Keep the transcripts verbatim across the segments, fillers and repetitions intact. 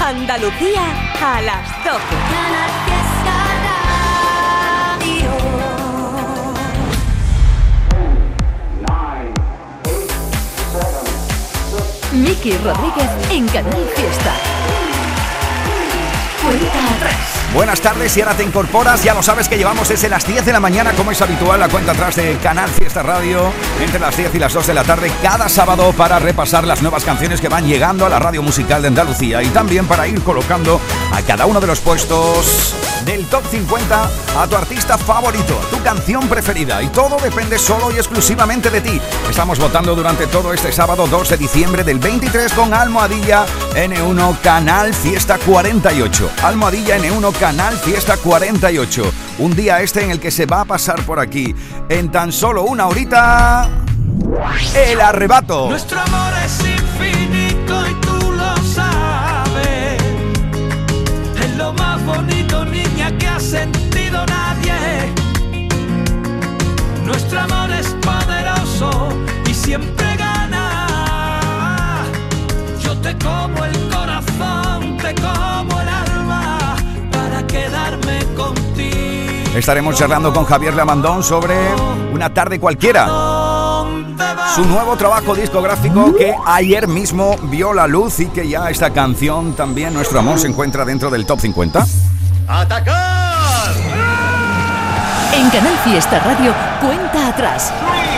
Andalucía a las doce. Miki Rodríguez en Canal Fiesta. Cuenta atrás. Buenas tardes, si ahora te incorporas, ya lo sabes que llevamos desde las diez de la mañana, como es habitual, la cuenta atrás de Canal Fiesta Radio, entre las diez y las dos de la tarde, cada sábado, para repasar las nuevas canciones que van llegando a la radio musical de Andalucía y también para ir colocando a cada uno de los puestos del Top cincuenta a tu artista favorito, a tu canción preferida, y todo depende solo y exclusivamente de ti. Estamos votando durante todo este sábado dos de diciembre del veintitrés con Almohadilla ene uno Canal Fiesta cuarenta y ocho. Almohadilla ene uno Canal Fiesta cuarenta y ocho. Un día este en el que se va a pasar por aquí en tan solo una horita el arrebato. Nuestro amor es infinito y tú lo sabes. Es lo más bonito, niña, que ha sentido nadie. Nuestro amor es poderoso y siempre gana. Yo te como el corazón, te como el alma para quedarme contigo. Estaremos charlando con Javier Lamandón sobre Una tarde cualquiera, su nuevo trabajo discográfico que ayer mismo vio la luz y que ya esta canción también, Nuestro Amor, se encuentra dentro del Top cincuenta. ¡Atacar! En Canal Fiesta Radio, cuenta atrás.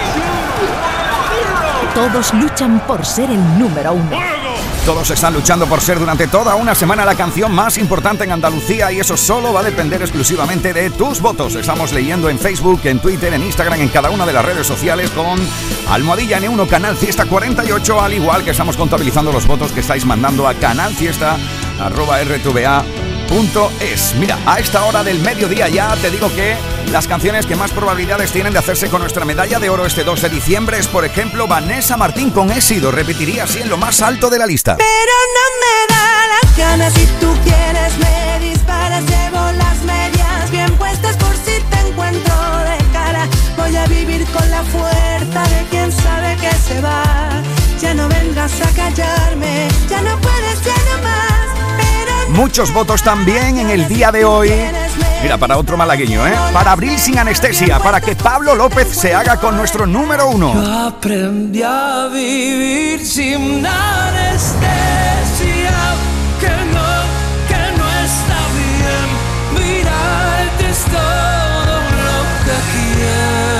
Todos luchan por ser el número uno. Todos están luchando por ser durante toda una semana la canción más importante en Andalucía, y eso solo va a depender exclusivamente de tus votos. Estamos leyendo en Facebook, en Twitter, en Instagram, en cada una de las redes sociales con Almohadilla ene uno Canal Fiesta cuarenta y ocho, al igual que estamos contabilizando los votos que estáis mandando a canalfiesta arroba erre te ve a punto es. Mira, a esta hora del mediodía ya te digo que las canciones que más probabilidades tienen de hacerse con nuestra medalla de oro este dos de diciembre es, por ejemplo, Vanessa Martín con Éxito. Repetiría así en lo más alto de la lista. Pero no me da las ganas, si tú quieres me disparas, llevo las medias bien puestas por si te encuentro de cara. Voy a vivir con la fuerza de quien sabe que se va. Ya no vengas a callarme, ya no puedes, ya no más. Muchos votos también en el día de hoy. Mira, para otro malagueño, ¿eh? Para Abril sin anestesia, para que Pablo López se haga con nuestro número uno. Yo aprendí a vivir sin anestesia, que no, que no está bien. Mirarte es todo lo que quiero.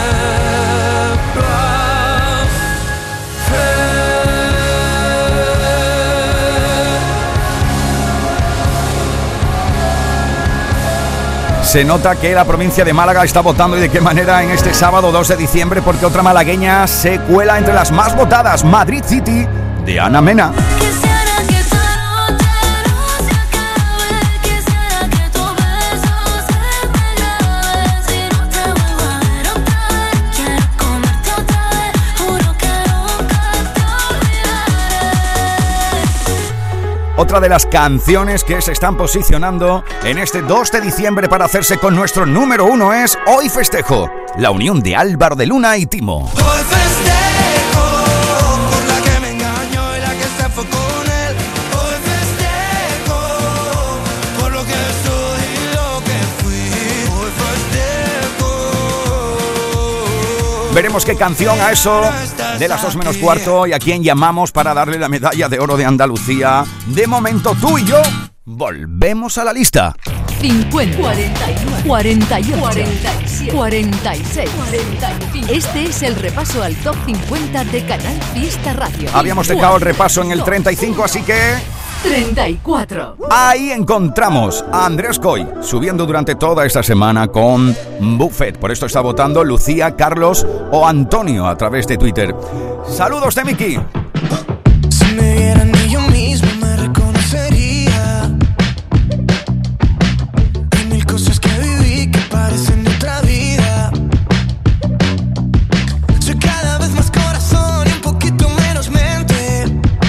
Se nota que la provincia de Málaga está votando, y de qué manera, en este sábado dos de diciembre, porque otra malagueña se cuela entre las más votadas, Madrid City, de Ana Mena. Otra de las canciones que se están posicionando en este dos de diciembre para hacerse con nuestro número uno es Hoy Festejo, la unión de Álvaro de Luna y Timo. Hoy festejo por la que me engañó y la que se fue con él. Hoy festejo por lo que soy y lo que fui. Hoy festejo. Veremos qué canción a eso de las dos menos cuarto y a quién llamamos para darle la medalla de oro de Andalucía. De momento, tú y yo volvemos a la lista. cincuenta, cuarenta y nueve, cuarenta y ocho, cuarenta y siete, cuarenta y seis, cuarenta y cinco. Este es el repaso al Top cincuenta de Canal Fiesta Radio. Habíamos dejado el repaso en el treinta y cinco, así que... treinta y cuatro. Ahí encontramos a Andrés Coy, subiendo durante toda esta semana con Buffet. Por esto está votando Lucía, Carlos o Antonio a través de Twitter. Saludos de Miki. Si me vieran ni yo mismo me reconocería. Hay mil cosas que viví que parecen de otra vida. Soy cada vez más corazón y un poquito menos mente.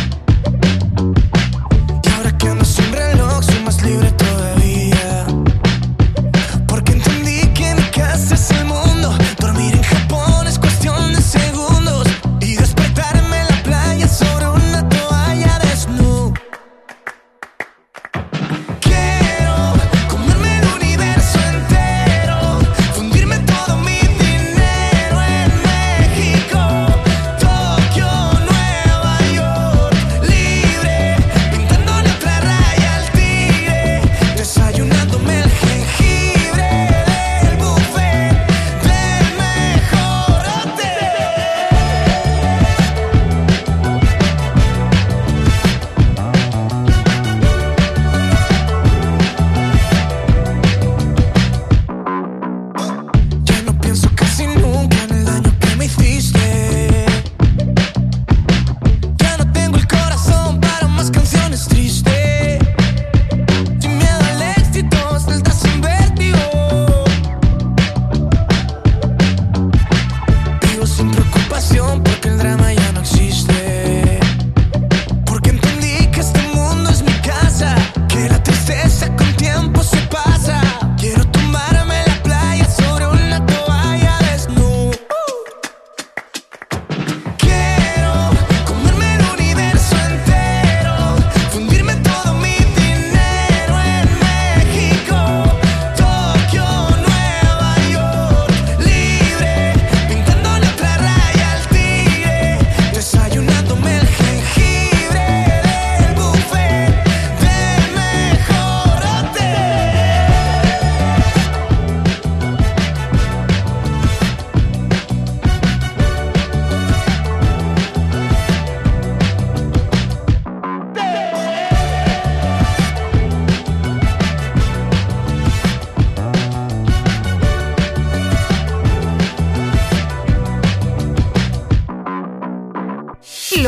Y ahora que ando sin reloj soy más libre todavía. Porque entendí que mi casa es el mundo. Dormir en Japón es cuestión de segundos. Y despertarme en la playa sobre una toalla desnuda.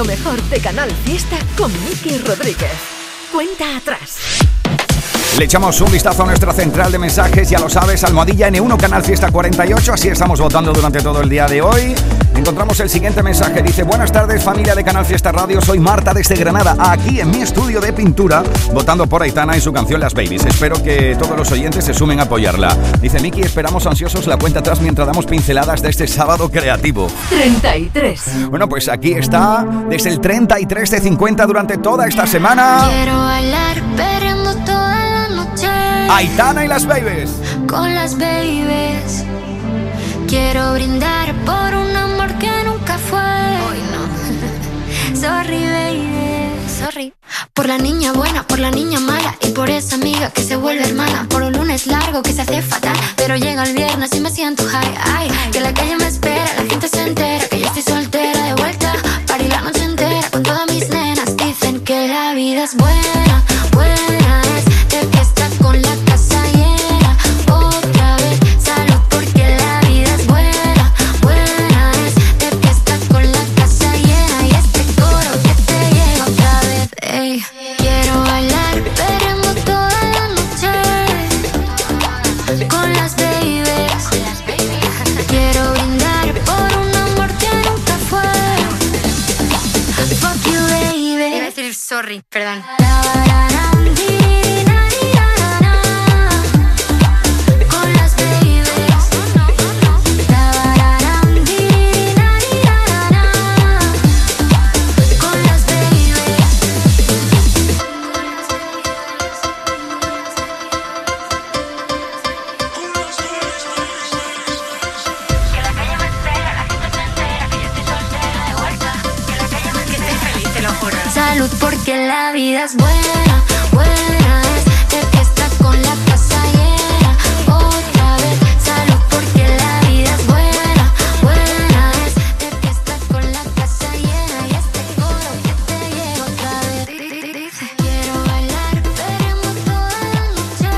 Lo mejor de Canal Fiesta con Miki Rodríguez. Cuenta atrás. Le echamos un vistazo a nuestra central de mensajes, ya lo sabes, Almohadilla ene uno, Canal Fiesta cuarenta y ocho, así estamos votando durante todo el día de hoy. Encontramos el siguiente mensaje, dice: buenas tardes familia de Canal Fiesta Radio, soy Marta desde Granada, aquí en mi estudio de pintura, votando por Aitana y su canción Las Babies. Espero que todos los oyentes se sumen a apoyarla. Dice Miki, esperamos ansiosos la cuenta atrás mientras damos pinceladas de este sábado creativo. treinta y tres. Bueno, pues aquí está, desde el treinta y tres de cincuenta durante toda esta semana. Quiero bailar perreando toda la noche. Aitana y Las Babies. Con las babies. Quiero brindar por un amor que nunca fue. Hoy no. Sorry, baby. Sorry. Por la niña buena, por la niña mala y por esa amiga que se vuelve hermana. Por un lunes largo que se hace fatal, pero llega el viernes y me siento high. Ay, que la calle me espera, la gente se entera que yo estoy soltera de vuelta. Party la noche entera con todas mis nenas. Dicen que la vida es buena, buena es de fiesta con la casa llena. Otra vez, salud porque la vida es buena, buena es de fiesta con la casa llena. Y este coro que te llega otra vez, ey. Quiero bailar perreando toda la noche con las babies. Quiero brindar por un amor que nunca fue. Fuck you, baby. Iba a decir sorry, perdón. Con las babies. Con las babies. Que la calle me espera, la gente se entera que yo estoy soltera de vuelta. Que la calle me espera, que estoy feliz, te lo juro. Salud porque la vida es buena, buena es de fiesta con la casa llena. Otra vez, salud porque la vida es buena, buena es de fiesta con la casa llena. Y este coro que te llega otra vez. Quiero bailar perreando toda la noche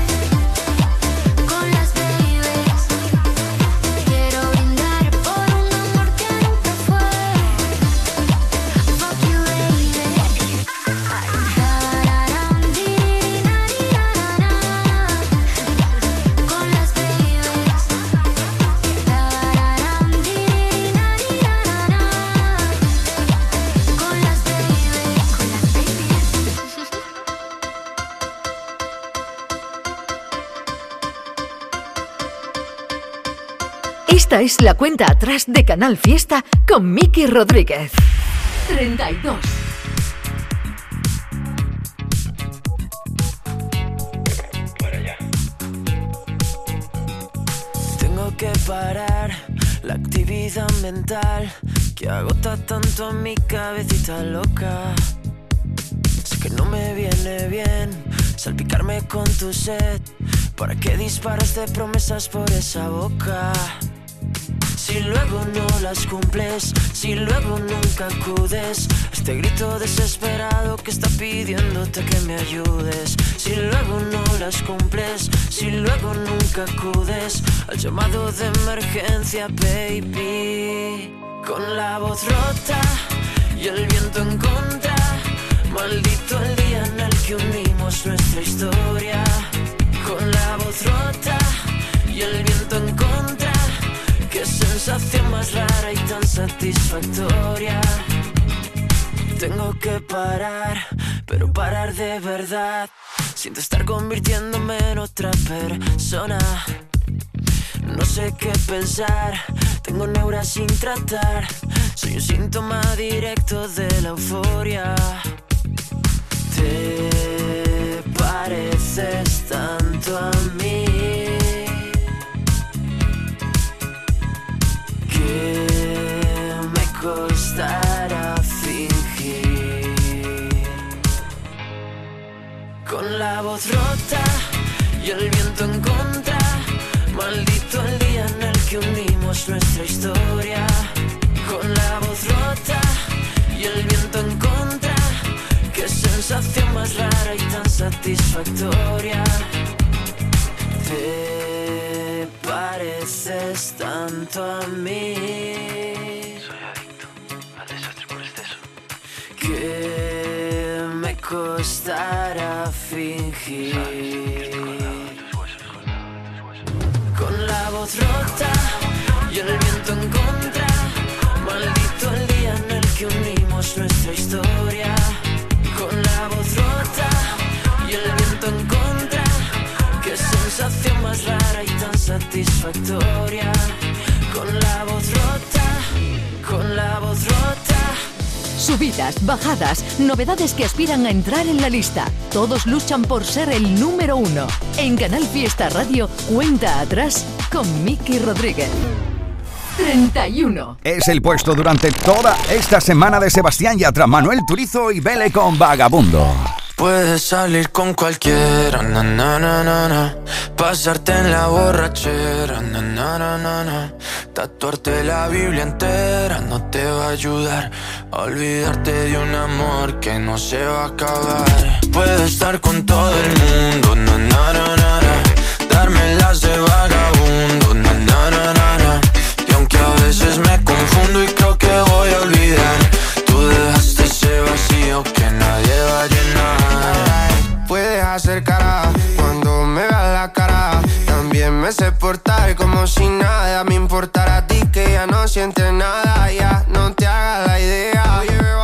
con las babies. Quiero brindar por un amor que nunca fue. Fuck you, baby. Con las babies. Con las babies. Con las babies. Esta es la cuenta atrás de Canal Fiesta con Miki Rodríguez. treinta y dos. Tengo que parar la actividad mental que agota tanto a mi cabecita loca. Sé que no me viene bien salpicarme con tu sed. ¿Para qué disparas de promesas por esa boca? Si luego no las cumples, si luego nunca acudes a este grito desesperado que está pidiéndote que me ayudes. Si luego no las cumples, si luego nunca acudes al llamado de emergencia, baby. Con la voz rota y el viento en contra, maldito el día en el que unimos nuestra historia. Con la voz rota y el viento en contra, qué sensación más rara y tan satisfactoria. Tengo que parar, pero parar de verdad. Siento estar convirtiéndome en otra persona. No sé qué pensar, tengo neuras sin tratar. Soy un síntoma directo de la euforia. Te pareces tanto a mí que me costará fingir. Con la voz rota y el viento en contra, maldito el día en el que unimos nuestra historia. Con la voz rota y el viento en contra, qué sensación más rara y tan satisfactoria. Te pareces tanto a mí. Soy adicto al desastre por exceso. que me costará fingir. Con la voz rota y el viento en contra, maldito el día en el que unimos nuestra historia. Con la voz rota y el viento en contra, qué sensación más rara y tan satisfactoria. Con la voz rota, con la voz rota. Subidas, bajadas, novedades que aspiran a entrar en la lista. Todos luchan por ser el número uno. En Canal Fiesta Radio, cuenta atrás con Miki Rodríguez. treinta y uno. Es el puesto durante toda esta semana de Sebastián Yatra, Manuel Turizo y Vele con Vagabundo. Puedes salir con cualquiera, na, na, na, na, na. Pasarte en la borrachera, na, na, na, na, na. Tatuarte la Biblia entera no te va a ayudar a olvidarte de un amor que no se va a acabar. Puedes estar con todo el mundo, na, na, na, na, na. Darme las de vagabundo, na, na, na, na, na. Y aunque a veces me confundo y creo que voy a olvidar, tú dejaste ese vacío que nadie va a llenar. Puedes hacer cara cuando me veas la cara. También me sé portar como si nada me importara a ti, que ya no sientes nada. Ya no te hagas la idea.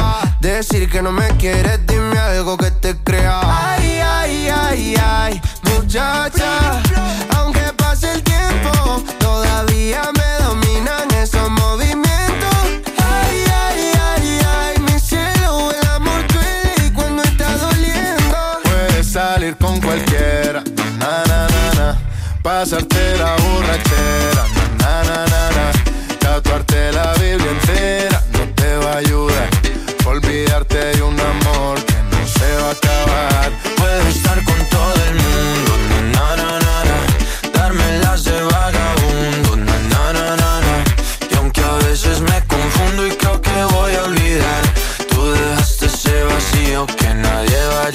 Decir que no me quieres, dime algo que te crea. Ay, ay, ay, ay, muchacha. Aunque pase el tiempo, todavía me dominan esos movimientos. Ay, ay, ay, ay, mi cielo, el amor duele cuando está doliendo. Puedes salir con cualquiera, na, na, na, na. Pasarte la borrachera, na, na, na, na. Tatuarte la Biblia entera no te va a ayudar. Olvidarte de un amor que no se va a acabar. Puedo estar con todo el mundo, na, na, na, na. Darme las de vagabundo, na, na, na, na, na. Y aunque a veces me confundo y creo que voy a olvidar, tú dejaste ese vacío que nadie va a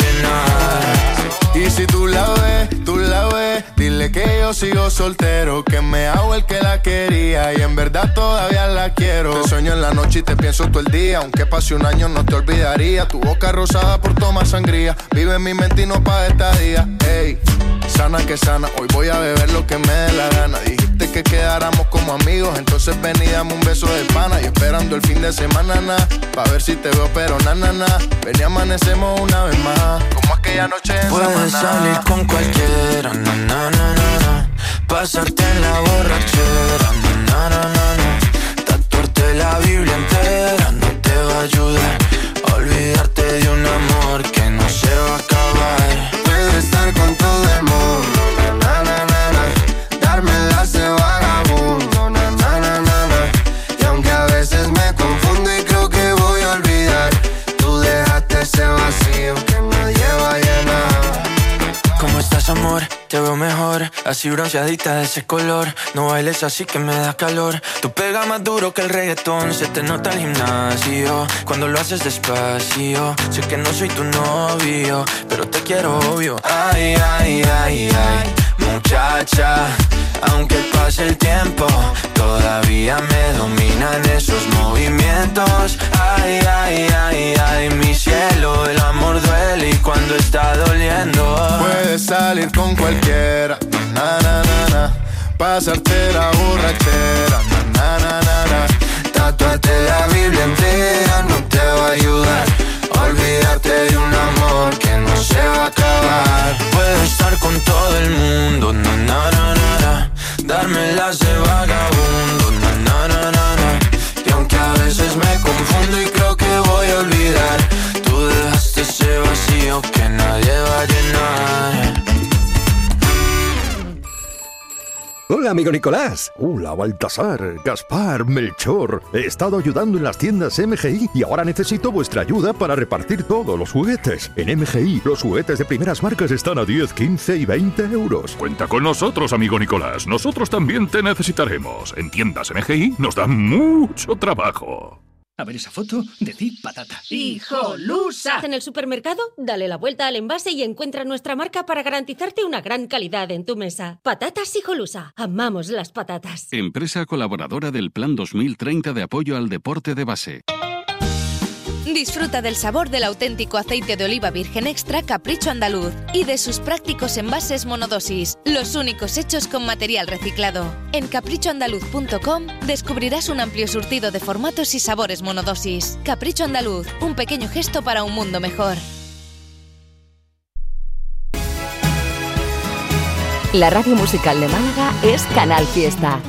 llenar. Y si tú la ves, tú la ves, dile que yo sigo soltero, que me hago el que la quería y en verdad todavía la quiero. Te sueño en la noche y te pienso todo el día, aunque pase un año no te olvidaría. Tu boca rosada por tomar sangría, vive en mi mente y no pa' esta día. Ey, sana que sana, hoy voy a beber lo que me dé la gana. Dijiste que quedáramos como amigos, entonces ven y dame un beso de pana. Y esperando el fin de semana, na, pa' ver si te veo pero na, na, na. Ven y amanecemos una vez más, como aquella noche en Samaná. Puedes salir con cualquiera, na, na, na, na, na. Pasarte en la borrachera, na, na, na, na, na. Tatuarte la Biblia entera no te va a ayudar a olvidarte de un amor que no se va a acabar. Puedo estar con todo el mundo, na, na, na, na. Darme las de vagabundo, na, na, na, na, na. Y aunque a veces me confundo y creo que voy a olvidar, tú dejaste ese vacío que nadie va a llenar. ¿Cómo estás, amor? Te veo mejor, así bronceadita de ese color. No bailes así que me da calor. Tú pegas más duro que el reggaetón, se te nota el gimnasio cuando lo haces despacio. Sé que no soy tu novio, pero te quiero obvio. Ay, ay, ay, ay, muchacha. Aunque pase el tiempo, todavía me dominan esos movimientos. Ay, ay, ay, ay, mi cielo, el amor duele y cuando está doliendo. Puedes salir con cualquiera, na, na, na, na. Pasarte la borrachera, na, na, na, na. Tatuarte la Biblia entera no te va a ayudar a olvidarte de un amor que no se va a acabar. Puedo estar con todo el mundo, na, na, na, na, na. Darme las de vagabundo, na, na, na, na, na. Y aunque a veces me confundo y creo que voy a olvidar, tú dejaste ese vacío que nadie va a llenar. Hola, amigo Nicolás. Hola, Baltasar, Gaspar, Melchor. He estado ayudando en las tiendas M G I y ahora necesito vuestra ayuda para repartir todos los juguetes. En M G I, los juguetes de primeras marcas están a diez, quince y veinte euros. Cuenta con nosotros, amigo Nicolás. Nosotros también te necesitaremos. En tiendas M G I nos da mucho trabajo. A ver esa foto, decid patata. ¡Hijolusa! En el supermercado, dale la vuelta al envase y encuentra nuestra marca para garantizarte una gran calidad en tu mesa. Patatas Hijolusa. Amamos las patatas. Empresa colaboradora del Plan dos mil treinta de apoyo al deporte de base. Disfruta del sabor del auténtico aceite de oliva virgen extra Capricho Andaluz y de sus prácticos envases monodosis, los únicos hechos con material reciclado. En capricho andaluz punto com descubrirás un amplio surtido de formatos y sabores monodosis. Capricho Andaluz, un pequeño gesto para un mundo mejor. La radio musical de Málaga es Canal Fiesta.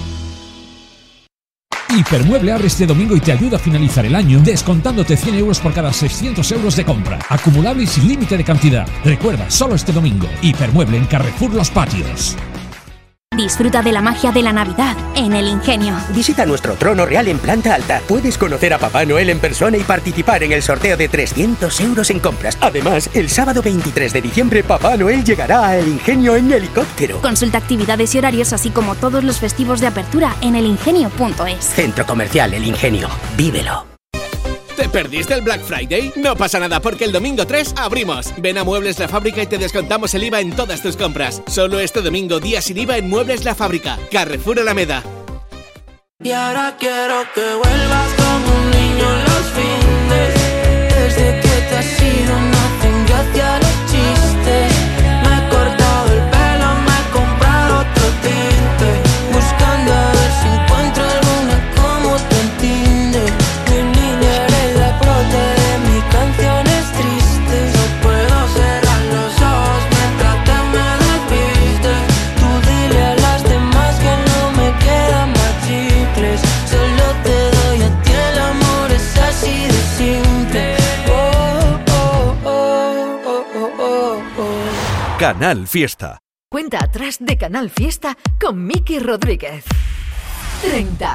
Hipermueble abre este domingo y te ayuda a finalizar el año descontándote cien euros por cada seiscientos euros de compra. Acumulable y sin límite de cantidad. Recuerda, solo este domingo. Hipermueble en Carrefour Los Patios. Disfruta de la magia de la Navidad en El Ingenio. Visita nuestro trono real en planta alta. Puedes conocer a Papá Noel en persona y participar en el sorteo de trescientos euros en compras. Además, el sábado veintitrés de diciembre Papá Noel llegará a El Ingenio en helicóptero. Consulta actividades y horarios así como todos los festivos de apertura en el ingenio punto es. Centro Comercial El Ingenio. Vívelo. ¿Te perdiste el Black Friday? No pasa nada porque el domingo tres abrimos. Ven a Muebles La Fábrica y te descontamos el I V A en todas tus compras. Solo este domingo, día sin I V A en Muebles La Fábrica. Carrefour Alameda. Y ahora quiero que vuelvas como un niño los fines. Desde que te has ido no hacen gracia los chistes. Me he cortado el pelo, me he comprado otro tinte. Buscando a ver si encuentro alguna como te entiende. Mi niña eres la prota de mis canciones tristes. No puedo cerrar los ojos mientras te me desvistes. Tú dile a las demás que no me quedan más chicles. Solo te doy a ti, el amor es así de simple. Oh, oh, oh, oh, oh, oh, oh. Canal Fiesta. Cuenta atrás de Canal Fiesta con Miki Rodríguez. treinta.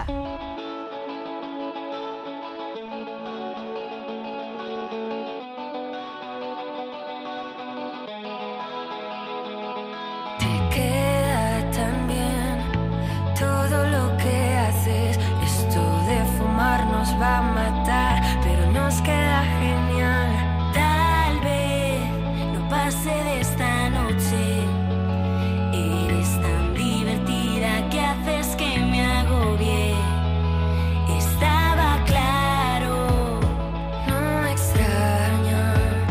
Te queda tan bien todo lo que haces. Esto de fumar nos va a matar, pero nos queda genial. Tal vez no pase de esta noche. Eres tan divertida que haces que me agobie. Estaba claro, no me extraña.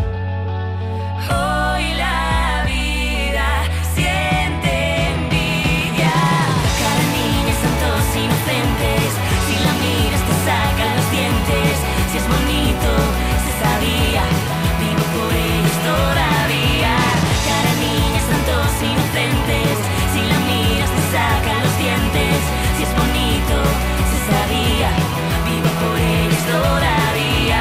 Hoy la vida siente envidia. Cada niña son todos inocentes. Si la miras te sacan los dientes. Si es bonito, se sabía. Vivo por ellos todavía. Cada niña son todos inocentes. Si la miras te sacan los dientes. Si es bonito, se sabía. Vivo por ellos todavía.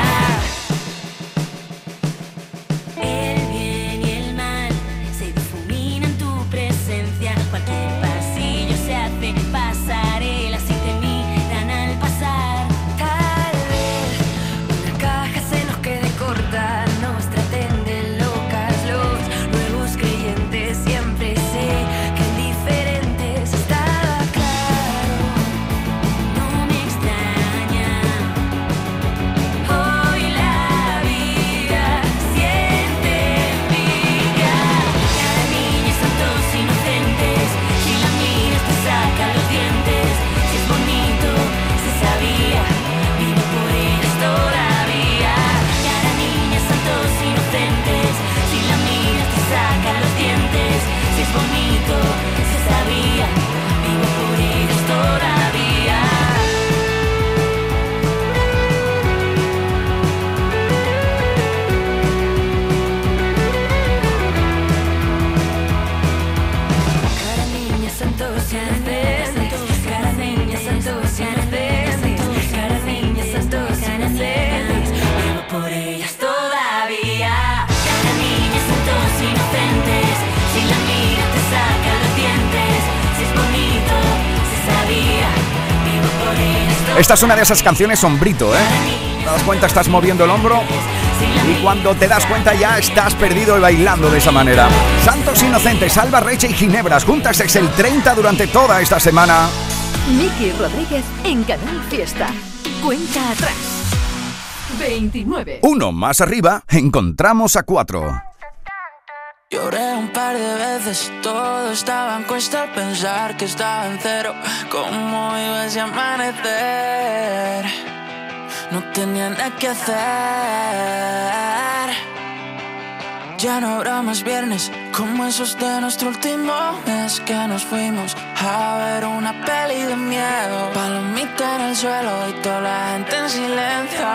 El bien y el mal se difuminan en tu presencia. Cualquier pasillo se hace pasarela si te miran al pasar. Tal vez una caja se nos quede corta, nos traten de locas los nuevos creyentes. Siempre sé que indiferentes estaba claro, no me extraña. Hoy la vida siente envidia. Cada niña son todos inocentes. Si la miras te sacan los dientes. Si es bonito, se sabía. Vivo por ellos todavía. Cada niña son todos inocentes. Si la miras te sacan los dientes. Si es bonito, se sabía. Vivo por ellos todavía. Cada niña son todos inocentes. Cada niña son todos inocentes. Cada niña son todos inocentes. Vivo por ellas todavía. Cada niña son todos inocentes. Si la miras te sacan los dientes. Si es bonito, se sabía. Vivo por ellas todavía. Esta es una de esas canciones sombrito, ¿eh? ¿Te das cuenta? Estás moviendo el hombro y cuando te das cuenta ya estás perdido y bailando de esa manera. Santos Inocentes, Alba Reche y Ginebras. Juntas es el treinta durante toda esta semana. Miki Rodríguez en Canal Fiesta. Cuenta atrás. veintinueve. Uno más arriba, encontramos a cuatro. Lloré un par de veces, todo estaba en cuesta al pensar que estaba en cero. ¿Cómo iba ese amanecer? no tenía nada que hacer. Ya no habrá más viernes como esos de nuestro último mes, que nos fuimos a ver una peli de miedo, palomita en el suelo y toda la gente en silencio.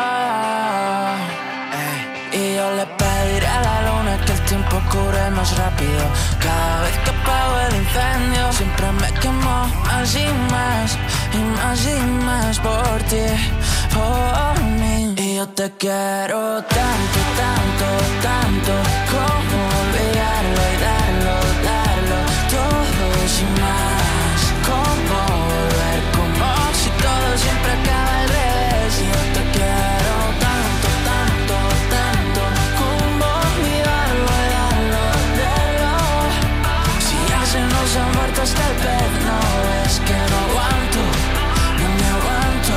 Ey. Y yo le pediré a la luna que el tiempo cure más rápido. Cada vez que apago el incendio siempre me quemo más y más, y más y más por ti, por mí. Y yo te quiero tanto, tanto, tanto, como olvidarlo y darlo, darlo todo sin más. Como volver, como si todo siempre acaba al revés. Y yo te quiero tanto, tanto, tanto, como olvidarlo y darlo, darlo. Si ya se nos ha muerto hasta el pez, no es que no aguanto, no me aguanto.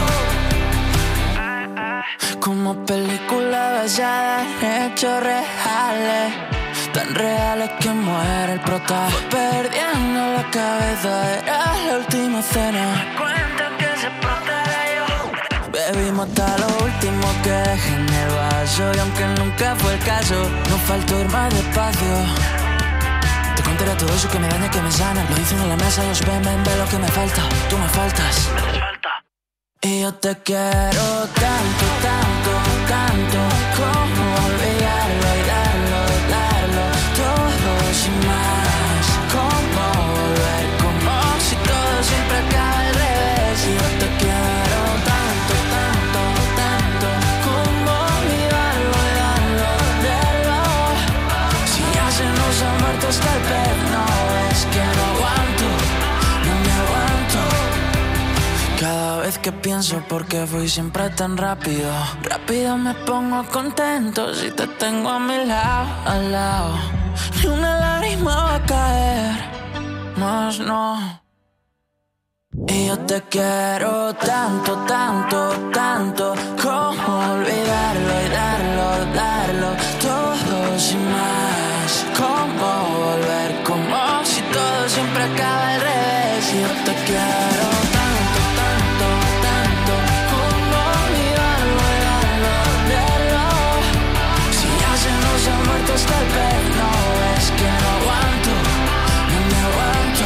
Como película basada en hechos reales, tan reales que muere el prota. Fue perdiendo la cabeza, era la última cena. Me cuentan que se protege yo. Bebimos hasta lo último que dejé en el vaso, y aunque nunca fue el caso, nos faltó ir más despacio. Te contaré todo eso que me daña, que me sana. Lo hice en la mesa, los ven, ven, ve lo que me falta. Tú me faltas. Y yo te quiero tanto, tanto, tanto, como olvidarlo y darlo, darlo todo sin más. Como volver, como si todo siempre acaba al revés. Y yo te quiero tanto, tanto, tanto, como olvidarlo y darlo, darlo. Si ya se nos ha muerto hasta el pez, no es que no aguanto, no me aguanto. Cada vez que pienso por qué fui siempre tan rápido, rápido me pongo contento si te tengo a mi lado, al lado. Ni una lágrima va a caer, más no. Y yo te quiero tanto, tanto, tanto, como olvidarlo y darlo, darlo todo sin más. Como volver, como si todo siempre acaba al revés. Y yo te quiero tanto, tanto, tanto, como olvidarlo y darlo, darlo. Si ya se nos ha muerto hasta el pez, no es que no aguanto, no me aguanto.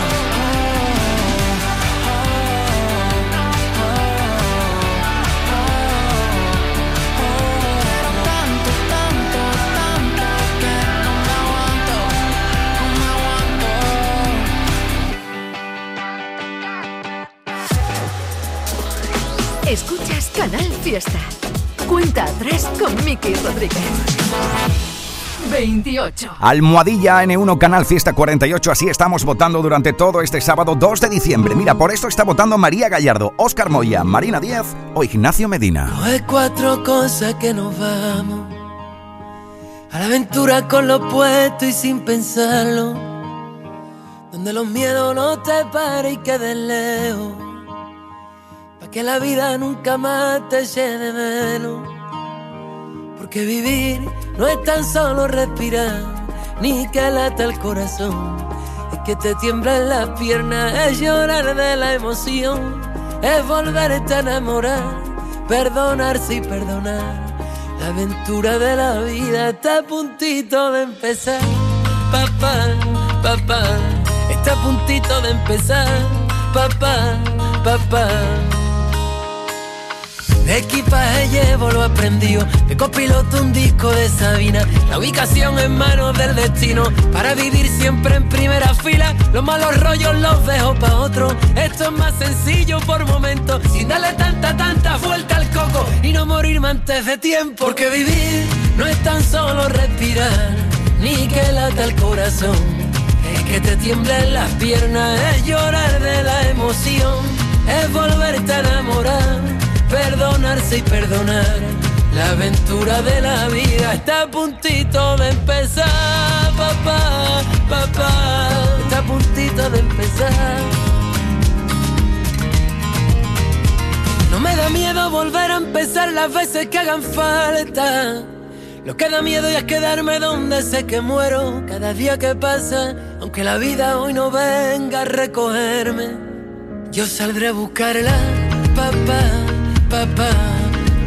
Escuchas Canal Fiesta. Cuenta atrás con Miki Rodríguez. veintiocho. Almohadilla N uno Canal Fiesta cuarenta y ocho. Así estamos votando durante todo este sábado dos de diciembre. Mira, por esto está votando María Gallardo, Óscar Moya, Marina Díaz o Ignacio Medina. No hay cuatro cosas que nos vamos a la aventura con lo puesto y sin pensarlo, donde los miedos no te paren y queden lejos, pa' que la vida nunca más te eche de menos. Porque vivir no es tan solo respirar, ni que lata el corazón, es que te tiemblan las piernas, es llorar de la emoción, es volverte a enamorar, perdonarse y perdonar. La aventura de la vida está a puntito de empezar. Papá, papá, está a puntito de empezar. Papá, papá. De equipaje llevo lo aprendido, de copiloto un disco de Sabina. La ubicación en manos del destino, para vivir siempre en primera fila. Los malos rollos los dejo pa' otro, esto es más sencillo por momentos, sin darle tanta, tanta vuelta al coco y no morirme antes de tiempo. Porque vivir no es tan solo respirar, ni que lata el corazón, es que te tiemblen las piernas, es llorar de la emoción, es volverte a enamorar, perdonarse y perdonar. La aventura de la vida está a puntito de empezar. Papá, papá, está a puntito de empezar. No me da miedo volver a empezar las veces que hagan falta. Lo que da miedo ya es quedarme donde sé que muero cada día que pasa. Aunque la vida hoy no venga a recogerme, yo saldré a buscarla. Papá, papá,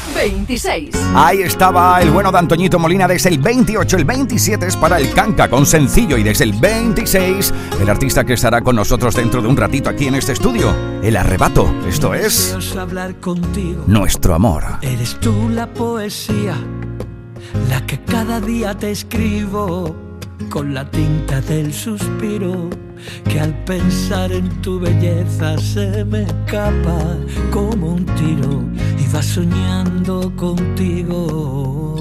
veintiséis. Ahí estaba el bueno de Antoñito Molina desde el veintiocho, el veintisiete es para el Canca con Sencillo y desde el veintiséis el artista que estará con nosotros dentro de un ratito aquí en este estudio, El Arrebato. Esto es hablar contigo. Nuestro Amor. Eres tú la poesía, la que cada día te escribo con la tinta del suspiro, que al pensar en tu belleza se me escapa como un tiro y va soñando contigo.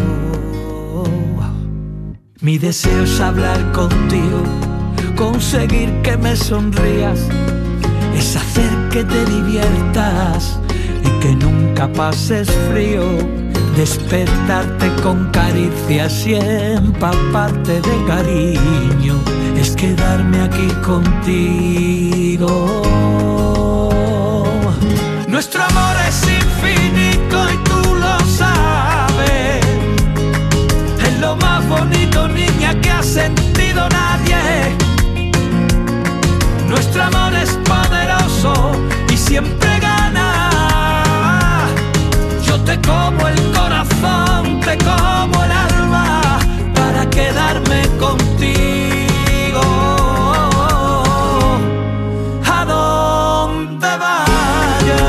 Mi deseo es hablar contigo, conseguir que me sonrías, es hacer que te diviertas y que nunca pases frío, despertarte con caricias y empaparte de cariño, es quedarme aquí contigo. Nuestro amor es infinito y tú lo sabes, es lo más bonito, niña, que ha sentido nadie. Nuestro amor es poderoso y siempre gana. Yo te como el corazón, te como el alma para quedarme contigo. A donde vayas.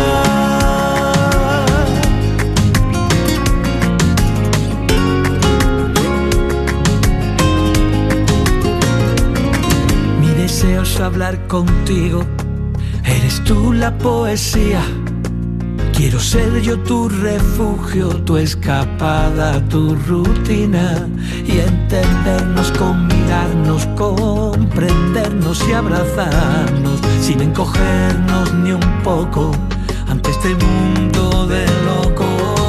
Mi deseo es hablar contigo, eres tú la poesía. Quiero ser yo tu refugio, tu escapada, tu rutina, y entendernos con mirarnos, comprendernos y abrazarnos, sin encogernos ni un poco ante este mundo de locos.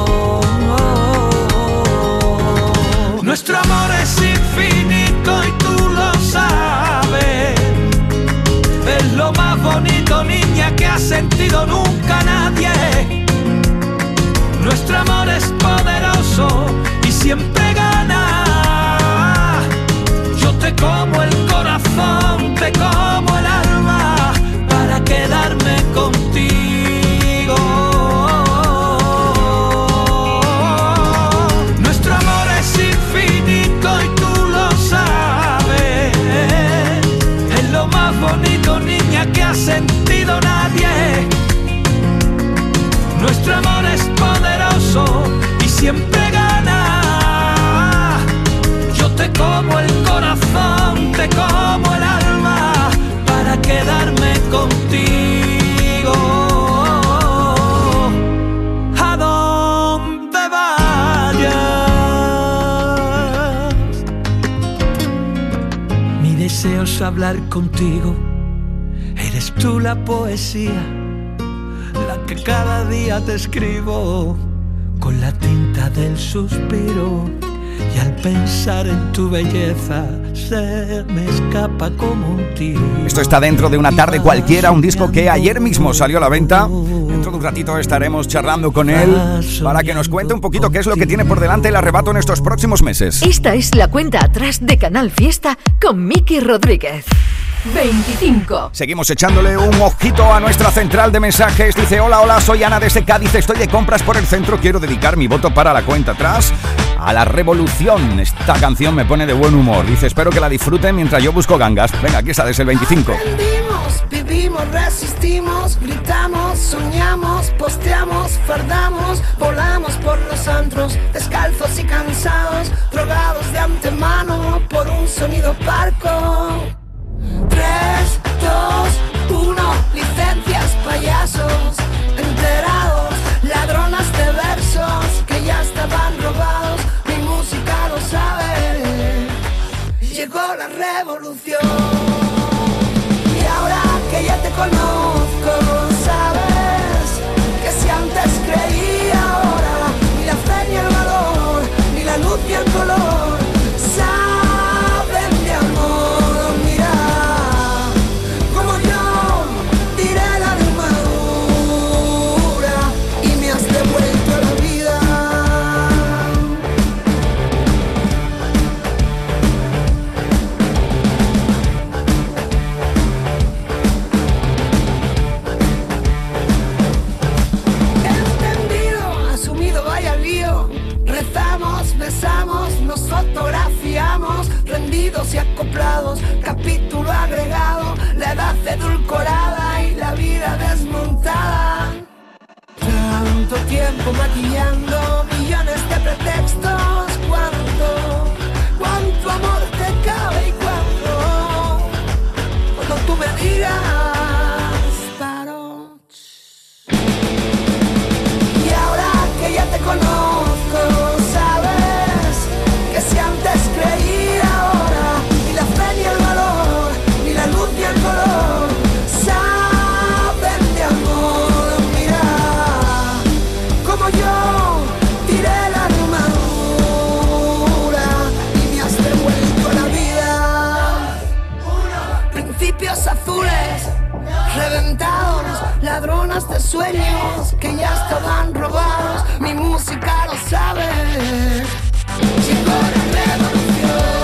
Nuestro amor es infinito y tú lo sabes, es lo más bonito, niña, que ha sentido nunca nadie. Nuestro amor es poderoso y siempre gana. Yo te como el corazón, te como el alma para quedarme contigo. Nuestro amor es infinito y tú lo sabes, es lo más bonito, niña, que ha sentido nadie. Nuestro amor es poderoso y siempre gana. Yo te como el corazón, te como el alma para quedarme contigo. A donde vayas. Mi deseo es hablar contigo, eres tú la poesía, la que cada día te escribo con la tinta del suspiro, y al pensar en tu belleza se me escapa como un tiro. Esto está dentro de Una tarde cualquiera, un disco que ayer mismo salió a la venta. Dentro de un ratito estaremos charlando con él para que nos cuente un poquito qué es lo que tiene por delante El Arrebato en estos próximos meses. Esta es la cuenta atrás de Canal Fiesta con Miki Rodríguez. veinticinco. Seguimos echándole un ojito a nuestra central de mensajes. Dice: hola, hola, soy Ana desde Cádiz, estoy de compras por el centro, quiero dedicar mi voto para la cuenta atrás a La Revolución. Esta canción me pone de buen humor. Dice: espero que la disfruten mientras yo busco gangas. Venga, aquí está desde el veinticinco. Aprendimos, vivimos, resistimos, gritamos, soñamos, posteamos, fardamos, volamos por los antros, descalzos y cansados, drogados de antemano por un sonido parco. tres, dos, uno, licencias, payasos, enterados, ladronas de versos que ya estaban robados, mi música lo sabe, llegó la revolución. Y ahora que ya te conozco, sabes que si antes creía, ahora ni la fe ni el valor, ni la luz ni el color saben de amor. Mira como yo tiré la armadura y me has devuelto la vida. fotografiamos, rendidos y acoplados, capítulo agregado, la edad edulcorada y la vida desmontada. Tanto tiempo maquillando millones de pretextos. ¿Cuánto, cuánto amor te cabe y cuánto? Cuando tú me digas paro. Y ahora que ya te conozco, sabes que si antes creía ahora, ni la fe ni el valor, ni la luz ni el color saben de amor. Yo tiré la armadura y me has devuelto la vida. Principios azules, reventados, ladronas de sueños que ya estaban robados. Mi música lo sabe. Llegó la revolución.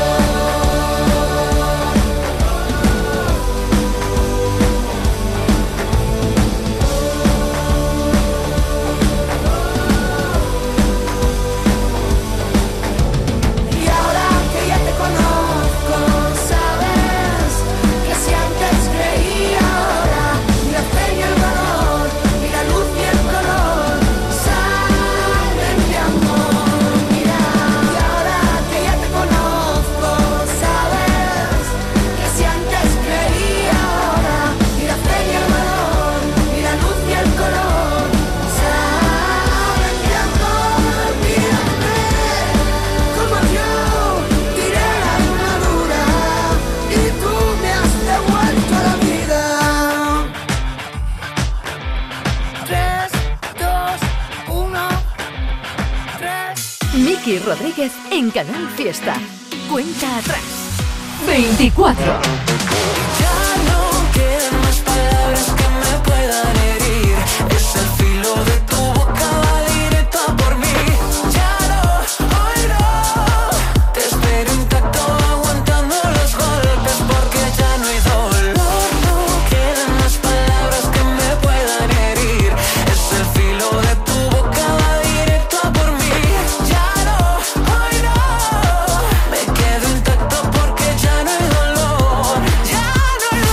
Miki Rodríguez en Canal Fiesta. Cuenta atrás. veinticuatro. Ya no quedan más palabras que me puedan herir. Es el filo de tu boca, va directo a por mí. Ya no, hoy no. Te espero intacto aguantando los golpes porque ya no hay dolor. No quedan más palabras que me puedan herir. Es el filo de tu boca, va directo a por mí. Ya no, hoy no. Me quedo intacto porque ya no hay dolor. Ya no hay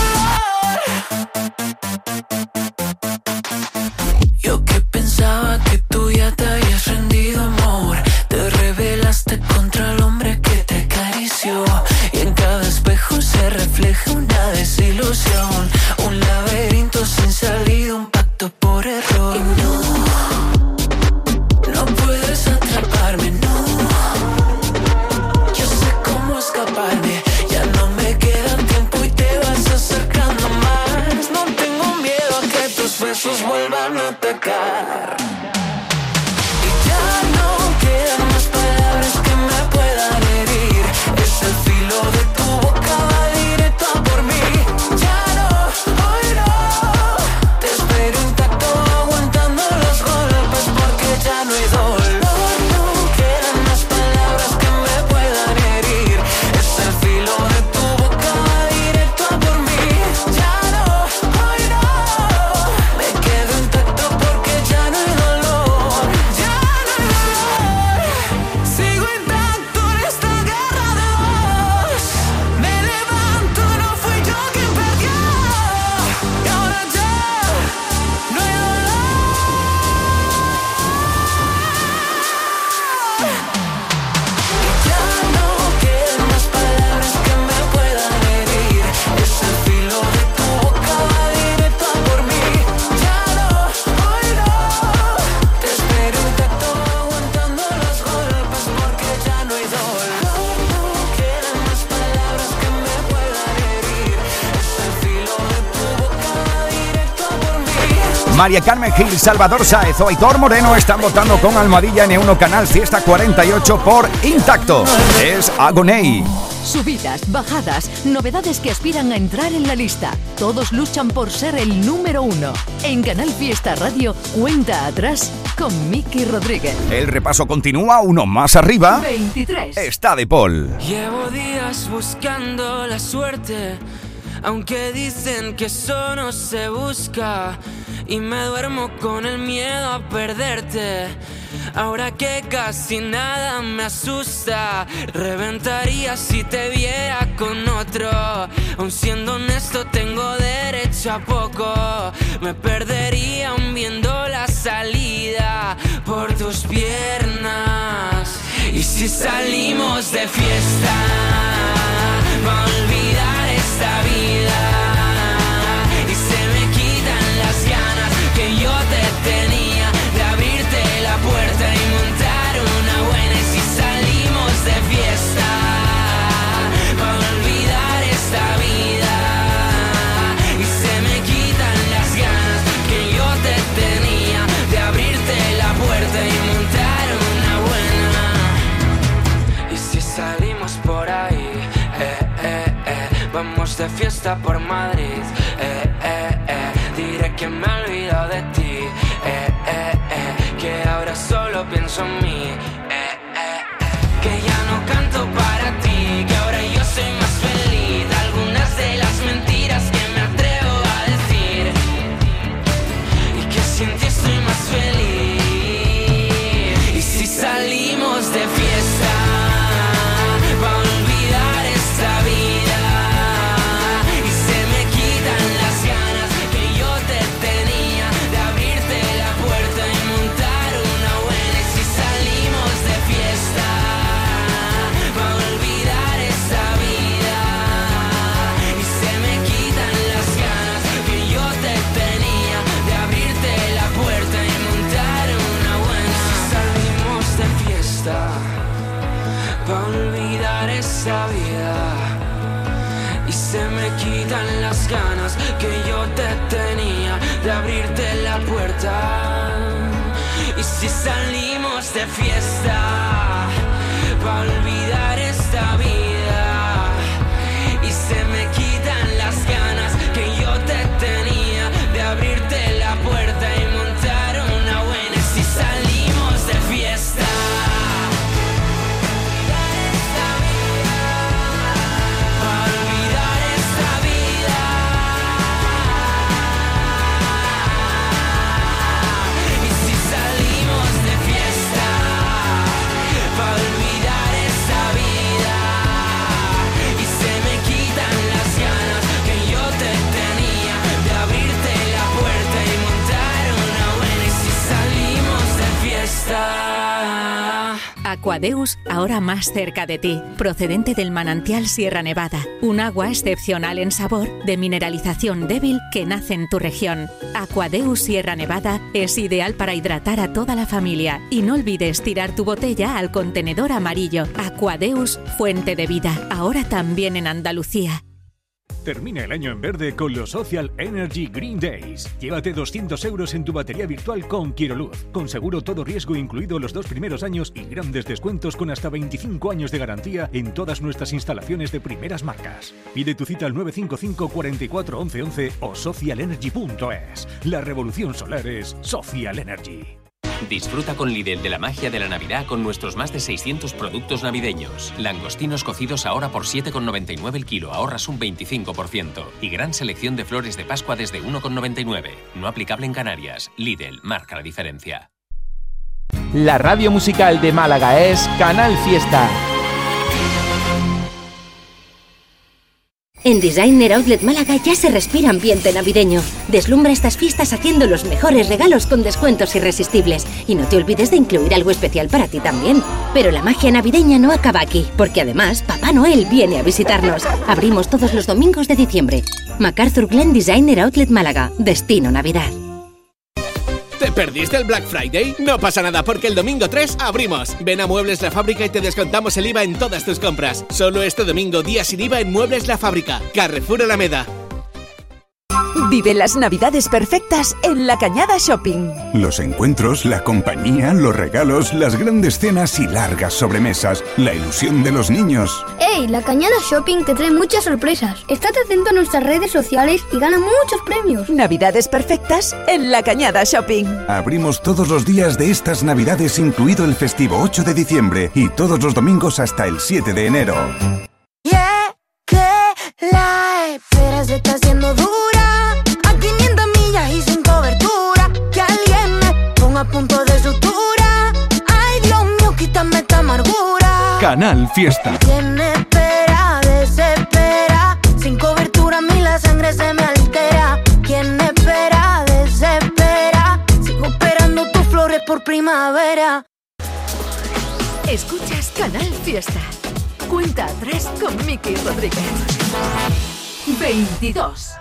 dolor. Yo que pensaba que tú ya te habías rendido, amor. Te rebelaste contra el hombre que te acarició. Y en cada espejo se refleja una desilusión. Un laberinto sin salida, un pacto por error. Y no, no puedes atraparme, no. Yo sé cómo escaparme. Ya no me queda tiempo y te vas acercando más. No tengo miedo a que tus besos vuelvan a atacar. Y ya no quedan más palabras que me puedan herir. Es el filo de tu boca, va directo a por mí. Ya no, hoy no. Te espero intacto aguantando los golpes porque ya no hay dolor. No quedan más palabras que me puedan herir. Es el filo de tu boca, va directo a por mí. Ya no, hoy no. Me quedo intacto porque ya no hay dolor. Ya no hay dolor. Sigo intacto en esta guerra de dos. Me levanto, no fui yo quien perdió. Y ahora ya no hay dolor. Y ya no quedan más palabras que me puedan herir. Es el filo de tu boca, va directo a por mí. Ya no, hoy no. Te espero intacto aguantando los golpes porque ya no hay dolor. No quedan más palabras que me puedan herir. Es el filo de tu boca, va directo a por mí. María Carmen Gil, Salvador Sáez o Aitor Moreno están votando con Almohadilla N uno Canal Fiesta cuarenta y ocho por Intacto. Es Agoney. Subidas, bajadas, novedades que aspiran a entrar en la lista. Todos luchan por ser el número uno. En Canal Fiesta Radio, cuenta atrás con Miki Rodríguez. El repaso continúa, uno más arriba. veintitrés. Está de Paul. Llevo días buscando la suerte, aunque dicen que eso no se busca. Y me duermo con el miedo a perderte. Ahora que casi nada me asusta, reventaría si te viera con otro. Aun siendo honesto tengo derecho a poco. Me perdería aún viendo la salida por tus piernas. Y si salimos de fiesta, va a olvidar esta vida. Y se me quitan las ganas que yo te tenía de abrirte la puerta y montar una buena. Y si salimos de fiesta, va a olvidar esta vida. Y se me quitan las ganas que yo te tenía de abrirte la puerta y montar una buena. Y si salimos por ahí, eh, eh, eh, vamos de fiesta por Madrid, eh, eh, eh, diré que me he olvidado de ti, eh, eh, eh, que ahora solo pienso en mí, eh, eh, eh, que ya no canto para ti, que ahora yo soy más feliz. Algunas de las mentiras que me atrevo a decir, y que sin ti estoy más feliz. Y si salimos de fiesta, va a olvidar esta vida. Y se me quitan las ganas que yo te tenía de abrirte la puerta y montar una buena. Y si salimos de fiesta, va a olvidar esta vida. Y se me quitan las ganas que yo te tenía de abrirte la puerta y montar una buena. Si salimos de fiesta, va a olvidar esa vida. Y se me quitan las ganas que yo te tenía de abrirte la puerta. Y si salimos de fiesta, va a olvidar esta vida. Y se me quitan las ganas que yo te tenía de abrirte la puerta y montar una buena. Y si salimos de fiesta, Aquadeus, ahora más cerca de ti, procedente del manantial Sierra Nevada, un agua excepcional en sabor, de mineralización débil que nace en tu región. Aquadeus Sierra Nevada es ideal para hidratar a toda la familia y no olvides tirar tu botella al contenedor amarillo. Aquadeus, fuente de vida, ahora también en Andalucía. Termina el año en verde con los Social Energy Green Days. Llévate doscientos euros en tu batería virtual con Quiroluz, con seguro todo riesgo incluido los dos primeros años y grandes descuentos con hasta veinticinco años de garantía en todas nuestras instalaciones de primeras marcas. Pide tu cita al nueve cinco cinco, cuatro cuatro, once once o social energy punto es. La revolución solar es Social Energy. Disfruta con Lidl de la magia de la Navidad con nuestros más de seiscientos productos navideños. Langostinos cocidos ahora por siete con noventa y nueve el kilo, ahorras un veinticinco por ciento. Y gran selección de flores de Pascua desde uno con noventa y nueve. No aplicable en Canarias. Lidl marca la diferencia. La radio musical de Málaga es Canal Fiesta. En Designer Outlet Málaga ya se respira ambiente navideño. Deslumbra estas fiestas haciendo los mejores regalos con descuentos irresistibles. Y no te olvides de incluir algo especial para ti también. Pero la magia navideña no acaba aquí, porque además Papá Noel viene a visitarnos. Abrimos todos los domingos de diciembre. MacArthur Glen Designer Outlet Málaga. Destino Navidad. ¿Te perdiste el Black Friday? No pasa nada porque el domingo tres abrimos. Ven a Muebles La Fábrica y te descontamos el I V A en todas tus compras. Solo este domingo, día sin I V A en Muebles La Fábrica. Carrefour Alameda. Vive las navidades perfectas en La Cañada Shopping. Los encuentros, la compañía, los regalos, las grandes cenas y largas sobremesas. La ilusión de los niños. ¡Ey! La Cañada Shopping te trae muchas sorpresas. Estate atento a nuestras redes sociales y gana muchos premios. Navidades perfectas en La Cañada Shopping. Abrimos todos los días de estas navidades, incluido el festivo ocho de diciembre, y todos los domingos hasta el siete de enero. Yeah, que la espera se está haciendo dura. A quinientas millas y sin cobertura. Que alguien me ponga a punto de sutura. Canal Fiesta. Quien espera, desespera. Sin cobertura a mí la sangre se me altera. Quien espera, desespera. Sigo esperando tus flores por primavera. Escuchas Canal Fiesta. Cuenta atrás con Miki Rodríguez. veintidós.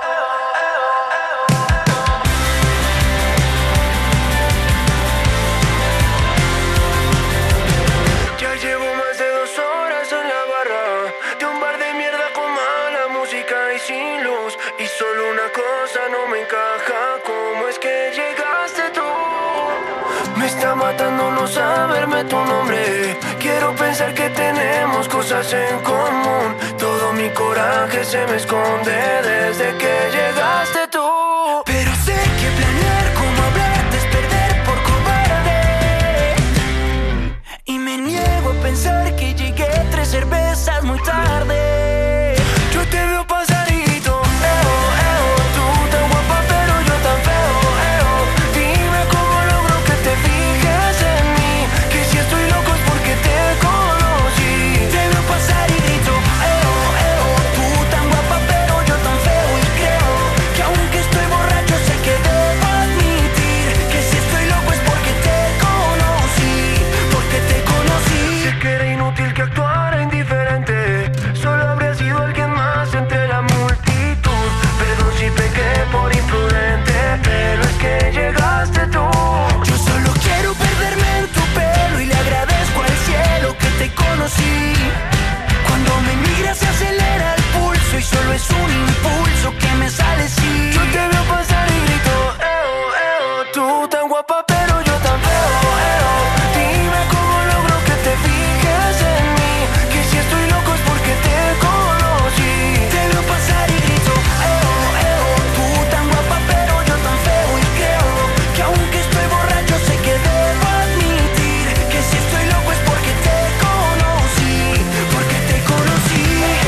Ya llevo más de dos horas en la barra de un bar de mierda con mala música y sin luz. Y solo una cosa no me encaja, ¿cómo es que llegaste tú? Me está matando no saberme tu nombre. Quiero pensar que tenemos cosas en común. Todo mi coraje se me esconde desde que llegaste tú. Pero sé que planear cómo hablarte es perder por cobarde. Y me niego a pensar que llegué tres cervezas muy tarde. Yo te veo pasadito, eo, eo. Tú tan guapa pero yo tan feo, eo. Dime cómo logro que te fijes en mí. Que si estoy loco es porque te conocí. Te veo pasar y grito, eo, eo. Tú tan guapa pero yo tan feo. Y creo que aunque estoy borracho sé que debo admitir que si estoy loco es porque te conocí. Porque te conocí. Sé que era inútil que actuara indiferente. Solo habría sido alguien más entre la multitud. Perdón si pequé por imprudente, pero es que llegaste tú. Yo solo quiero perderme en tu pelo y le agradezco al cielo que te conocí. Cuando me miras se acelera el pulso y solo es un impulso que me sale así. Yo te veo pasar y grito, eo, eo. Tú tan guapa pero yo tan feo, eo. Dime cómo logro que te fijes en mí. Que si estoy loco es porque te conocí. Te veo pasar y grito, eo, eo. Tú tan guapa pero yo tan feo. Y creo que aunque estoy borracho sé que debo admitir que si estoy loco es porque te conocí. Porque te conocí.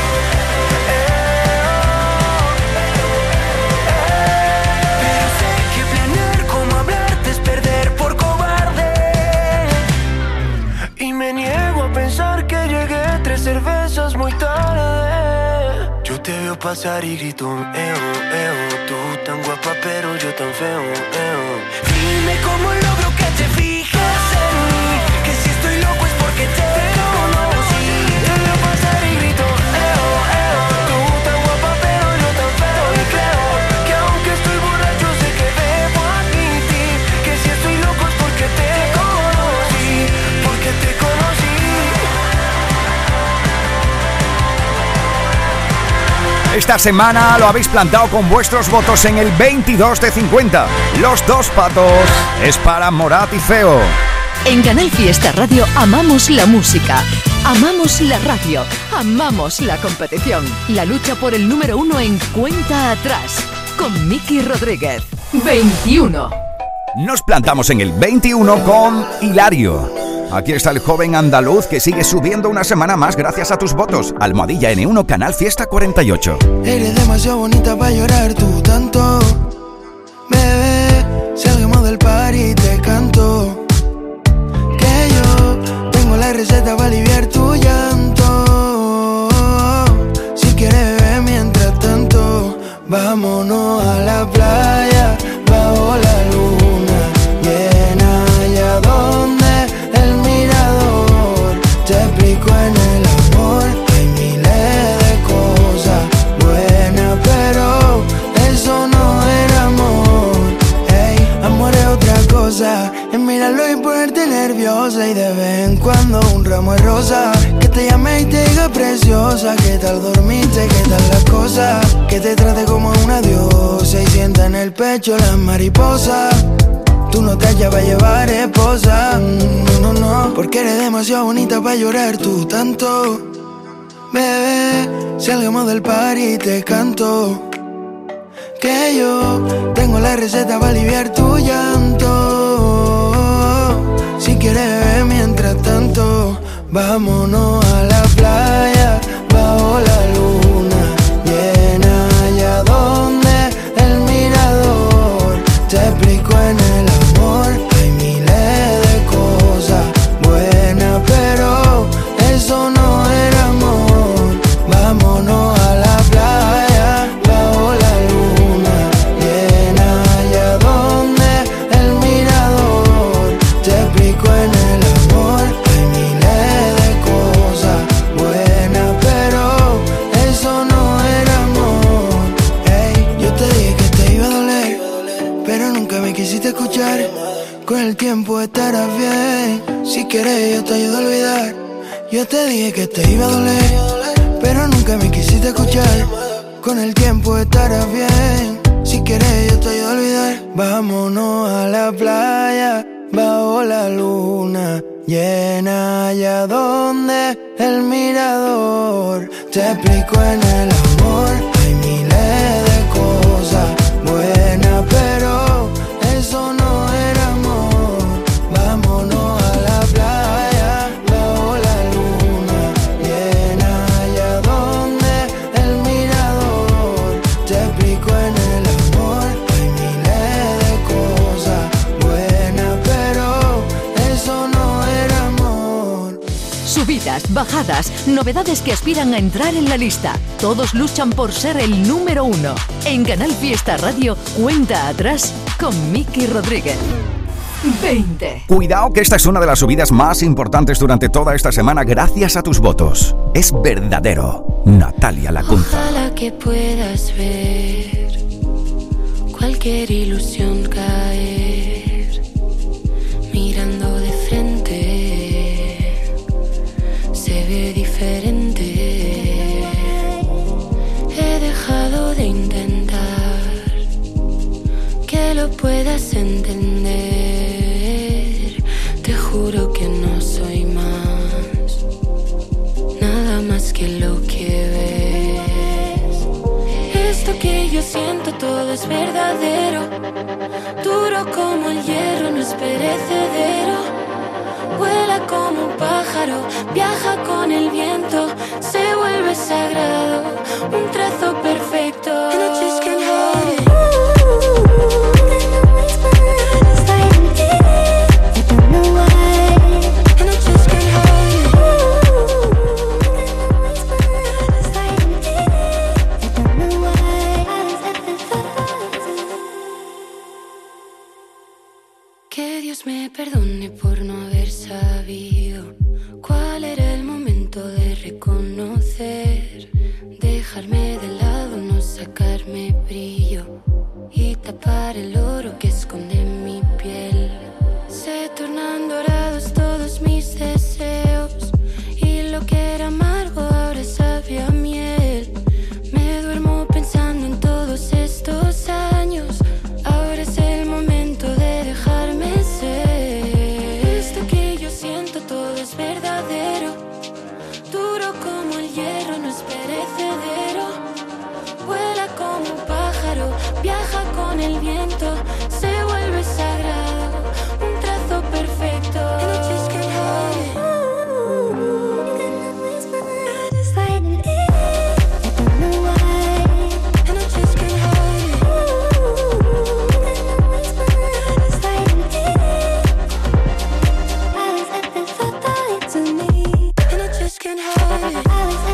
Pero sé que planear cómo hablarte es perder por cobarde. Y me niego a pensar que llegué tres cervezas muy tarde. Yo te veo pasar y grito, eo, eo. Tú tan guapa pero yo tan feo, eo. Dime cómo logro que te fijes en mí. Que si estoy loco es porque te conocí. Te veo pasar y grito, eo, eo. Tú tan guapa pero yo tan feo. Y creo que aunque estoy borracho sé que debo admitir que si estoy loco es porque te conocí. Porque te conocí. Esta semana lo habéis plantado con vuestros votos en el veintidós de cincuenta. Los dos patos es para Morat y Feo. En Canal Fiesta Radio amamos la música, amamos la radio, amamos la competición. La lucha por el número uno en Cuenta Atrás con Miki Rodríguez. veintiuno. Nos plantamos en el veintiuno con Hilario. Aquí está el joven andaluz que sigue subiendo una semana más gracias a tus votos. Almohadilla ene uno, Canal Fiesta cuarenta y ocho. Eres demasiado bonita para llorar tú tanto. Bebé, salgamos del party te canto. Que yo tengo la receta para aliviar tu llanto. Si quieres beber mientras tanto, vámonos a la playa bajo la luna llena, allá donde el mirador. Te explico en el amor, hay miles de cosas buenas, pero eso no era amor. Ey, amor es otra cosa, es mirarlo y ponerte nerviosa. Y de vez en cuando un ramo de rosa, que te llame y te diga preciosa. ¿Qué tal dormiste? ¿Qué tal las cosas? Que te trate como una diosa y sienta en el pecho las mariposas. Tú no te hallas para llevar esposa, no, no, no, porque eres demasiado bonita para llorar tú tanto. Bebé, salgamos del party y te canto. Que yo tengo la receta para aliviar tu llanto. Si quieres beber mientras tanto, vámonos a la playa bajo la luna llena, allá donde el mirador. Te explico en el amor, hay miles de cosas buenas, pero eso Con el tiempo estarás bien. Si quieres yo te ayudo a olvidar. Yo te dije que te iba a doler, pero nunca me quisiste escuchar. Con el tiempo estarás bien. Si quieres yo te ayudo a olvidar. Vámonos a la playa bajo la luna llena, allá donde el mirador. Te explico en el amor. Hay miles de cosas buenas, pero eso no era amor. Vámonos a la playa bajo la luna llena, allá donde el mirador. Te explico en el amor. Hay miles de cosas buenas, pero eso no era amor. Subidas, bajadas, novedades que aspiran a entrar en la lista. Todos luchan por ser el número uno. En Canal Fiesta Radio, cuenta atrás con Miki Rodríguez. veinte. Cuidado que esta es una de las subidas más importantes durante toda esta semana gracias a tus votos. Es verdadero. Natalia Lacunza. Ojalá que puedas ver cualquier ilusión caer mirando de frente. Se ve diferente. He dejado de intentar que lo puedas entender. Te juro que no soy más, nada más que lo que ves. Esto que yo siento todo es verdadero, duro como el hierro, no es perecedero. Vuela como un pájaro, viaja con el viento, se vuelve sagrado, un trazo perfecto. And I just can't hold it. Que Dios me perdone por no haber sabido cuál era el momento de reconocer, dejarme de lado, no sacarme brillo y tapar el oro que esconde mi piel. Se tornan dorados todos mis deseos y lo que era amargo ahora sabe a miel. Me duermo pensando en todos estos años. Ahora es el momento de dejarme ser. Esto que yo siento todo es verdadero, duro como el hierro, no es perecedero. Vuela como un pájaro, viaja con el viento, se vuelve sagrado, un trazo perfecto. And I just can't hold it. And I just can't hold it. And I just can't hold it.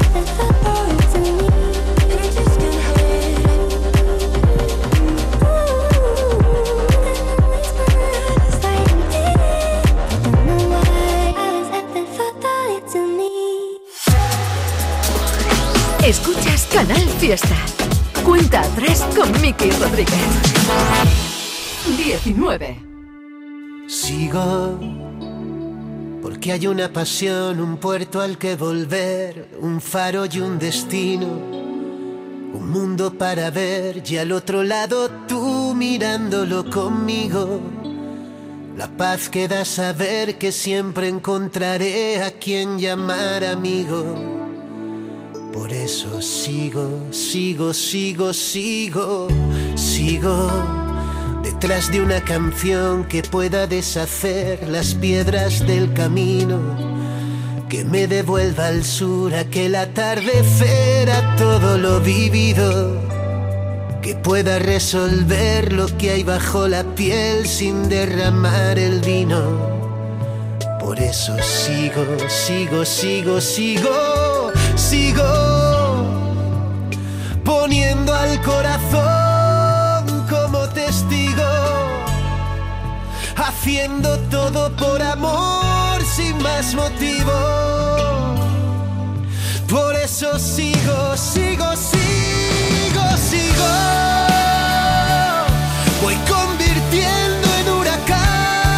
Escuchas Canal Fiesta. Cuenta atrás con Miki Rodríguez. diecinueve. Sigo porque hay una pasión, un puerto al que volver, un faro y un destino, un mundo para ver y al otro lado tú mirándolo conmigo. La paz que da saber que siempre encontraré a quien llamar amigo. Por eso sigo, sigo, sigo, sigo, sigo detrás de una canción que pueda deshacer las piedras del camino, que me devuelva al sur aquel atardecer a todo lo vivido, que pueda resolver lo que hay bajo la piel sin derramar el vino. Por eso sigo, sigo, sigo, sigo, sigo poniendo al corazón como testigo, haciendo todo por amor sin más motivo. Por eso sigo, sigo, sigo, sigo. Voy convirtiendo en huracán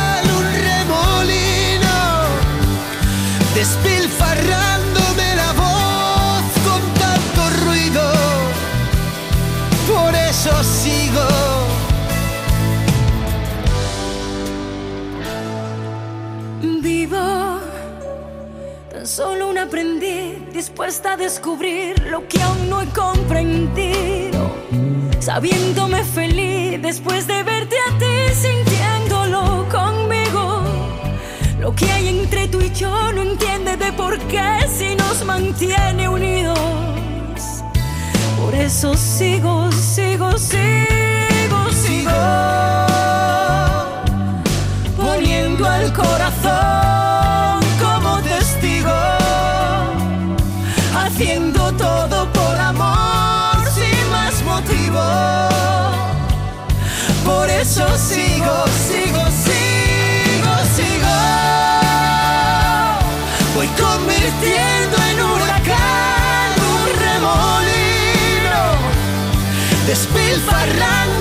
Vivo tan solo un aprendiz dispuesta a descubrir lo que aún no he comprendido, sabiéndome feliz después de verte a ti, sintiéndolo conmigo. Lo que hay entre tú y yo no entiende de por qué si nos mantiene unidos. Por eso sigo, sigo, sigo, sigo poniendo el corazón como testigo, haciendo todo por amor sin más motivo. Por eso sigo, sigo, sigo, sigo. Voy convirtiendo en huracán un remolino, despilfarrando